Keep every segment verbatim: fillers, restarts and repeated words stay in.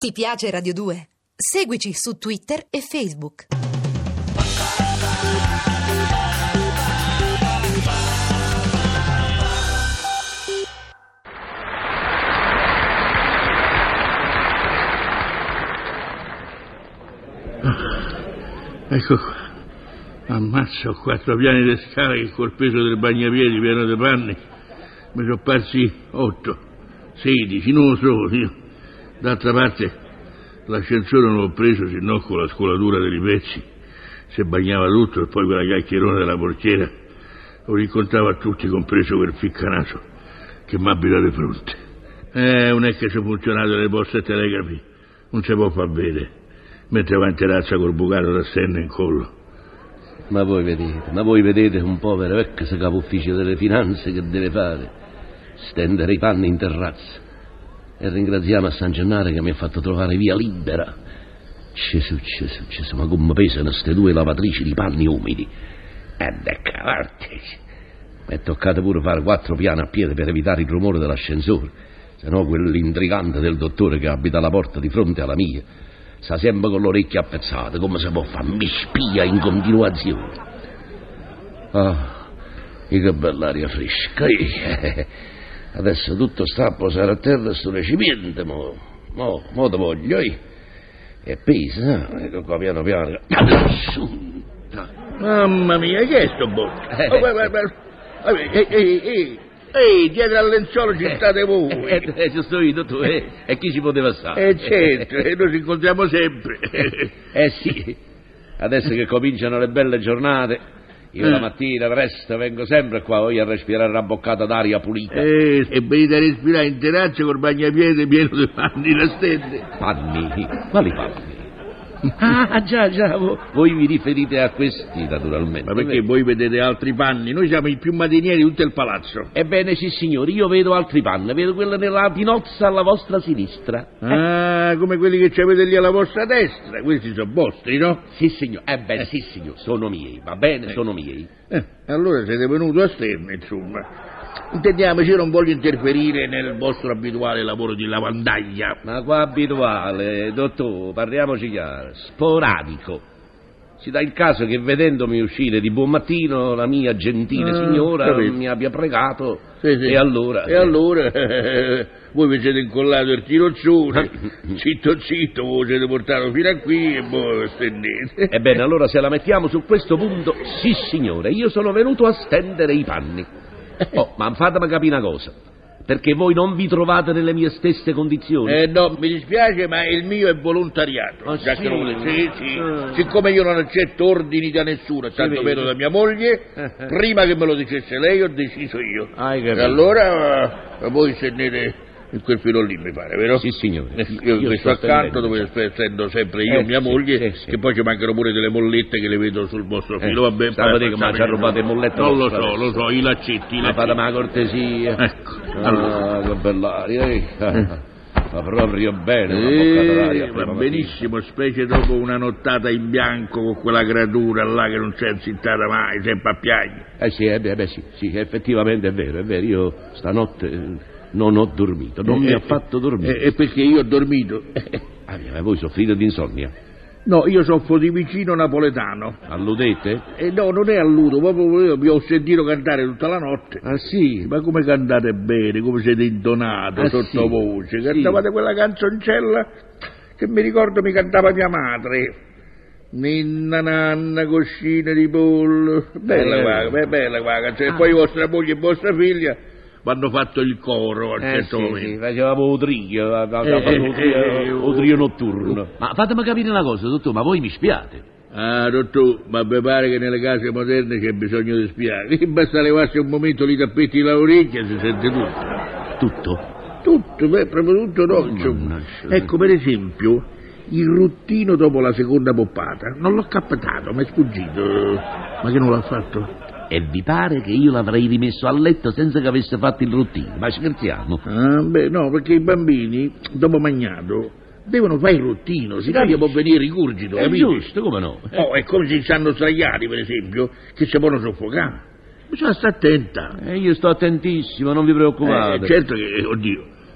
Ti piace Radio due? Seguici su Twitter e Facebook. Ecco qua. Ammazza, ho quattro piani di scala che col peso del bagnapiedi pieno di panni mi sono parsi otto, sedici, non lo so io. D'altra parte l'ascensore non l'ho preso, se no con la scolatura dei pezzi si bagnava tutto, e poi quella chiacchierona della portiera lo rincontrava a tutti, compreso quel ficcanaso che mi abita di fronte. Eh, non è che se funzionato le poste telegrafi non si può far vedere, mentre va in terrazza col bucato da stenne in collo. Ma voi vedete, ma voi vedete un povero ex capo ufficio delle finanze che deve fare? Stendere i panni in terrazza. E ringraziamo a San Gennaro che mi ha fatto trovare via libera. Gesù, Gesù, Gesù, ma come pesano queste due lavatrici di panni umidi. E da cavarti. Mi è toccato pure fare quattro piani a piede per evitare il rumore dell'ascensore. Se no quell'intrigante del dottore che abita alla porta di fronte alla mia sta sempre con le orecchie appezzate, come si può fare? Mi spia in continuazione. Ah, che bella aria fresca. Adesso tutto sta a posare a terra sto recipiente, mo, mo, mo te voglio, eh? E pesa, ecco qua piano piano. Assunta. Mamma mia, che è sto botto? Eh, oh, guarda, guarda. Ehi, ehi, ehi, ehi, dietro al lenzuolo ci state voi. Eh, eh, ci sto io, dottore, e chi ci poteva stare? Eh, certo, e noi ci incontriamo sempre. Eh sì, adesso che cominciano le belle giornate, io la mattina presto vengo sempre qua a respirare una boccata d'aria pulita. Eh, e venite a respirare in terrazza col bagnapiede pieno di panni da stelle. Panni? Quali panni? Ah, già, già, voi vi riferite a questi, naturalmente. Ma perché voi vedete altri panni? Noi siamo i più matinieri di tutto il palazzo. Ebbene, sì, signori, io vedo altri panni, vedo quello nella tinozza alla vostra sinistra. Ah, come quelli che ci avete lì alla vostra destra. Questi sono vostri, no? Sì, signor. Ebbene, sì, signor, sono miei, va bene, eh. sono miei. Eh, allora siete venuti a sterno, insomma. Intendiamoci, io non voglio interferire nel vostro abituale lavoro di lavandaglia. Ma qua abituale, dottore, parliamoci chiaro, sporadico. Si dà il caso che vedendomi uscire di buon mattino la mia gentile ah, signora capito. mi abbia pregato, sì, sì. e allora... E allora eh, voi vi siete incollato il tirozzone, zitto zitto, voi siete portato fino a qui e voi stendete. Ebbene, allora se la mettiamo su questo punto, sì signore, io sono venuto a stendere i panni. Oh, ma fatemi capire una cosa, perché voi non vi trovate nelle mie stesse condizioni? Eh no, mi dispiace, ma il mio è volontariato. Ah, già sì? che lo volete. Sì, sì. Ah. Siccome io non accetto ordini da nessuno, tanto meno da mia moglie, prima che me lo dicesse lei ho deciso io. Ah, e allora eh, voi stendete in quel filo lì, mi pare, vero? Sì, signore. Io, io questo accanto dove essendo sempre io e eh, mia sì, moglie, sì, sì. che poi ci mancano pure delle mollette che le vedo sul vostro filo. Eh, Vabbè, stavo a dire che mi ha già rubato le mollette. Non lo so, lo so, i laccetti, i Ma laccetti. fatemi la cortesia. Ecco. Ah, Allora. che bell'aria, eh. Va proprio bene, una Eh, boccata d'aria. va prima benissimo, specie dopo una nottata in bianco con quella creatura là che non si è inzittata mai, sempre a piagni. mattina. Eh sì, eh beh, beh, sì, sì, effettivamente è vero, è vero. Io stanotte eh, non ho dormito, non Eh, mi ha eh, fatto dormire. E eh, perché io ho dormito? Ah, ma voi soffrite di insonnia? No, io soffro di vicino napoletano. Alludete? E no, non è alludo, proprio io vi ho sentito cantare tutta la notte. Ah sì? Ma come cantate bene, come siete intonato, Ah, sottovoce. sì, Cantavate sì. quella canzoncella che mi ricordo mi cantava mia madre. Ninna nanna coscina di pollo. Bella Eh, qua, be- bella qua. Cioè, ah. poi vostra moglie e vostra figlia hanno fatto il coro a un Eh certo sì, momento. sì, facevamo un trio, avevamo Eh, fatto un eh, trio, eh, un trio notturno. Ma fatemi capire una cosa, dottore, ma voi mi spiate? Ah, dottor, ma mi pare che nelle case moderne c'è bisogno di spiare. Basta levarsi un momento i tappeti dalla orecchia e si sente tutto. Tutto? Tutto, beh, proprio tutto no, insomma. Mannaggia. Ecco, per esempio, il ruttino dopo la seconda poppata. Non l'ho captato, mi è sfuggito. Ma che non l'ha fatto? E vi pare che io l'avrei rimesso a letto senza che avesse fatto il routine? Ma scherziamo? Ah, beh, no, perché i bambini, dopo magnato, devono fare il rottino, si Capisci? può venire rigurgito, È capito? giusto, come no? Oh, è come se stanno sdraiati, per esempio, che si possono soffocare. Bisogna stare attenta. Eh, io sto attentissimo, non vi Eh, preoccupate. certo che, oddio,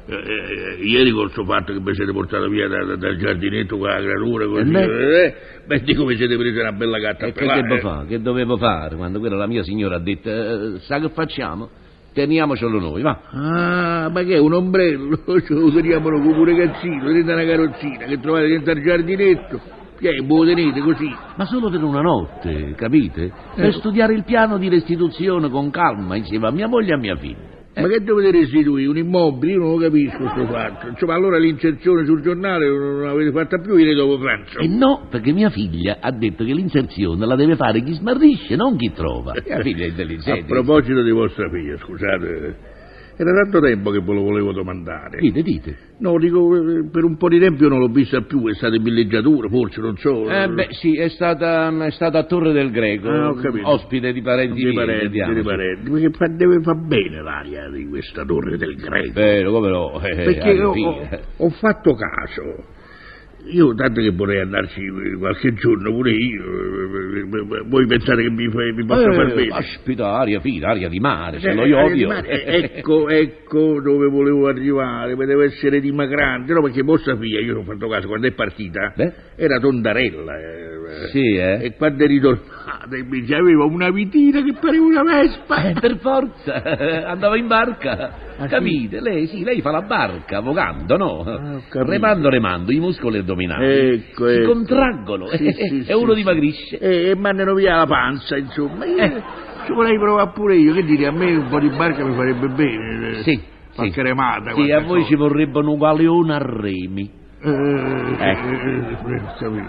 Eh, eh, ieri col suo fatto che mi siete portato via da, da, dal giardinetto con la creatura così, Eh, eh, beh, dico vi siete presi una bella gatta E a che pelare. devo fare? Che dovevo fare? Quando quella la mia signora ha detto, eh, sa che facciamo? Teniamocelo noi, va. Ah, ma che è un ombrello? Ce lo teniamolo come un ragazzino, tenete una carrozzina che trovate dentro al giardinetto, che voi lo tenete così. Ma solo per una notte, capite? Per Eh. studiare il piano di restituzione con calma insieme a mia moglie e a mia figlia. Ma che dovete restituire? Un immobile? Io non lo capisco questo fatto. Insomma, allora l'inserzione sul giornale non l'avete fatta più ieri dopo pranzo. E no, perché mia figlia ha detto che l'inserzione la deve fare chi smarrisce, non chi trova. Mia figlia è A intelligente. proposito di vostra figlia, scusate, era tanto tempo che ve lo volevo domandare. Dite, dite. No, dico, eh, per un po' di tempo io non l'ho vista più, è stata in villeggiatura, forse, non so. Eh beh, sì, è stata, è stata a Torre del Greco, Ah, ho capito. ospite di parenti Di miei, parenti, vediamo. di parenti, perché fa, deve fa bene l'aria di questa Torre del Greco. Vero, come no? Eh, Perché alla ho, fine. ho- ho fatto caso. Io, tanto che vorrei andarci qualche giorno pure io, eh, voi pensate che mi, fa- mi possa far Eh, bene? aspetta, aria fina, aria di mare, se Eh, lo aria di odio. mare, eh, ecco, ecco dove volevo arrivare, deve essere dimagrante, no, perché vostra figlia, io ho fatto caso, quando è partita, Beh? era tondarella, eh, Sì, eh? e quando è ritornata invece aveva una vitina che pareva una vespa. Eh, per forza, andava in barca. Ah, Capite? Lei sì, lei fa la barca, vogando, no? Ah, ho capito. remando, remando, i muscoli addominali Ecco, si ecco. contraggono Sì, sì, e sì, uno sì. dimagrisce. E, e mandano via la panza, insomma. Io Eh. ci vorrei provare pure io, che dire, a me un po' di barca mi farebbe bene. eh, Sì, qualche sì. remata. Sì, a qualche voi cosa. ci vorrebbe un galeone a remi. Eh, eh, Ecco. eh, ho capito.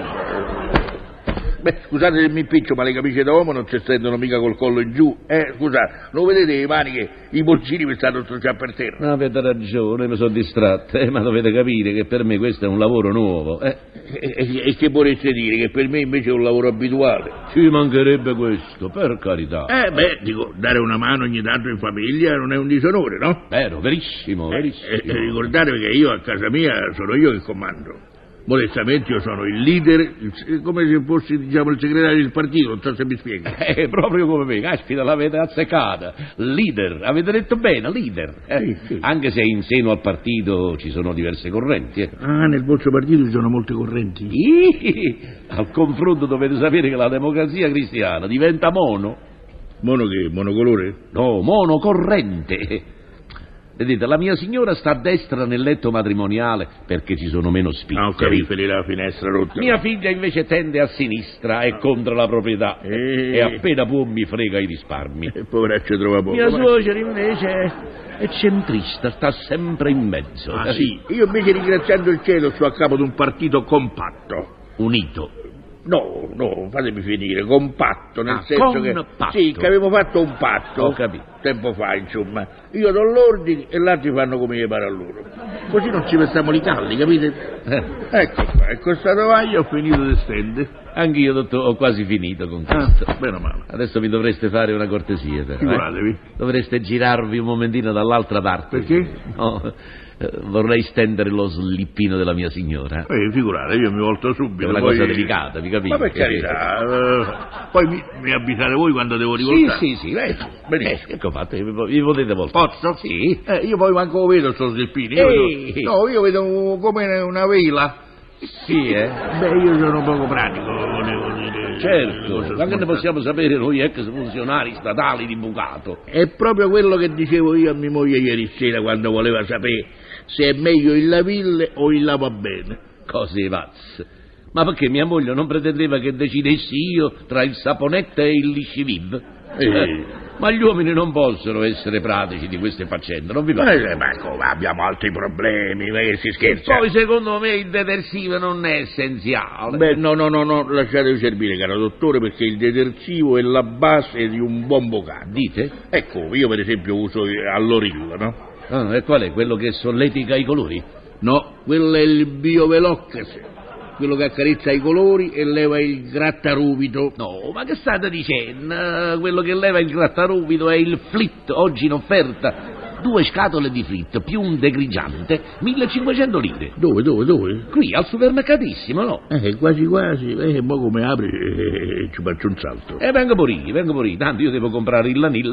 Eh. Beh, scusate se mi impiccio, ma le camicie da uomo non si stendono mica col collo in giù. Eh, scusate, non vedete le maniche, i bolsini mi stanno già per terra. No, avete ragione, mi sono distratto, eh, ma dovete capire che per me questo è un lavoro nuovo. Eh. E, e- e che vorreste dire? Che per me invece è un lavoro abituale. Ci mancherebbe questo, per carità. Eh, beh, dico, dare una mano ogni tanto in famiglia non è un disonore, no? Vero, verissimo, verissimo. Eh, eh, ricordate che io a casa mia sono io che comando. Modestamente io sono il leader, il- come se fossi, diciamo, il segretario del partito, non so se mi spiego. Eh, proprio come me, caspita, l'avete azzeccata. Leader, avete detto bene, leader. Eh, Sì, sì. Anche se in seno al partito ci sono diverse correnti. Eh. Ah, nel vostro partito ci sono molte correnti. Ih, al confronto dovete sapere che la democrazia cristiana diventa mono. Mono che? Monocolore? No, monocorrente. Vedete, la mia signora sta a destra nel letto matrimoniale perché ci sono meno spicchi. Ah, ho capito, lì la finestra rotta. Mia figlia invece tende a sinistra e contro la proprietà Eh. e appena può mi frega i risparmi. E poveraccio trova poco. Mia ma- suocera invece è centrista, sta sempre in mezzo. Ah, sì. Io invece, ringraziando il cielo, sto a capo di un partito compatto. Unito. No, no, fatemi finire, compatto, nel Ah, senso che... compatto. Sì, che avevo fatto un patto. Ho capito. Tempo fa, insomma. Io do l'ordine e gli altri fanno come gli pare a loro. Così non ci mettiamo i calli, capite? Eh, Ecco qua, e con sta tovaglia ho finito di stendere. Anch'io, dottore, ho quasi finito con questo. Ah, bene o male. Adesso mi dovreste fare una cortesia, però. eh. Figuratevi. Dovreste girarvi un momentino dall'altra parte. Perché? No, eh, vorrei stendere lo slippino della mia signora. Eh, figurate, io mi volto È subito. una poi- cosa delicata, vi capite? Ma per carità, eh, poi mi, mi avvisate voi quando devo Sì, rivoltare. sì, sì, eh, Benissimo. eh, che ho fatto? Vi vi potete voltare? Posso? Sì. Eh, io poi manco lo vedo sto slippino. Io Ehi. vedo- no, io vedo come una vela. Sì, eh? Beh, io sono poco pratico, volevo dire. le Certo, cose ma che ne spontanee. possiamo sapere noi ex funzionari statali di bucato? È proprio quello che dicevo io a mia moglie ieri sera quando voleva sapere se è meglio il laville o il lavabene. Cose pazze. Ma perché mia moglie non pretendeva che decidessi io tra il saponetta e il lisciviv? Eh. Ma gli uomini non possono essere pratici di queste faccende, non vi pare? Eh, ma come, abbiamo altri problemi, ma che si scherza? Poi secondo me il detersivo non è essenziale. Beh, no, no, no, no, lasciatevi servire, caro dottore, perché il detersivo è la base di un buon bocato. Dite? Ecco, io per esempio uso all'orilla, no? Ah, e qual è? Quello che solletica i colori? No, quello è il biovelox, quello che accarezza i colori e leva il grattaruvido. No, ma che state dicendo? Quello che leva il grattaruvido è il flit, oggi in offerta. Due scatole di flit più un degrigiante, millecinquecento lire. Dove, dove, dove? Qui al supermercatissimo, no? Eh, quasi quasi, eh, mo come apri eh, ci faccio un salto. E vengo pure io, vengo pure io, tanto io devo comprare il lanil.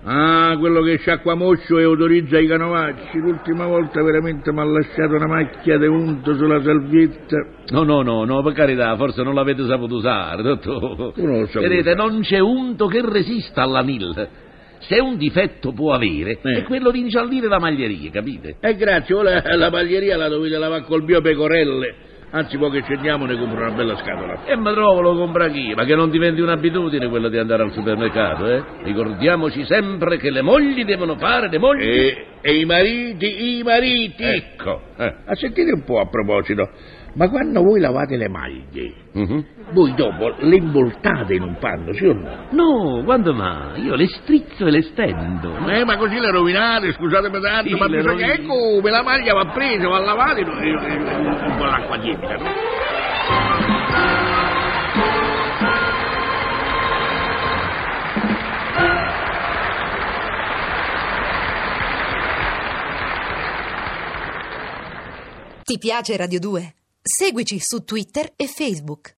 Ah, quello che sciacqua moscio e autorizza i canovacci. L'ultima volta veramente mi ha lasciato una macchia di unto sulla salvietta. No, no, no, no, per carità, forse non l'avete saputo usare, dottore. Tu non lo so. Vedete, non c'è unto che resista all'anil. Se un difetto può avere, eh. è quello di ingiallire la maglieria, capite? E eh, grazie, ora la maglieria la dovete lavare col mio pecorelle. Anzi, poi che scendiamo ne compro una bella scatola. E mi trovo lo compra chi? Ma che non diventi un'abitudine quello di andare al supermercato, eh? Ricordiamoci sempre che le mogli devono fare le mogli. E, e i mariti, i mariti. Ecco. Eh. Ma sentite un po' a proposito, ma quando voi lavate le maglie, Uh-huh. voi dopo le involtate in un panno, sì o no? No, quando mai? Io le strizzo e le stendo. Eh, ma così le rovinate, scusatemi tanto, Sì, ma le bisogna rovine. che come la maglia va presa, va lavata e un po' l'acqua tiepida, no? Ti piace Radio due? Seguici su Twitter e Facebook.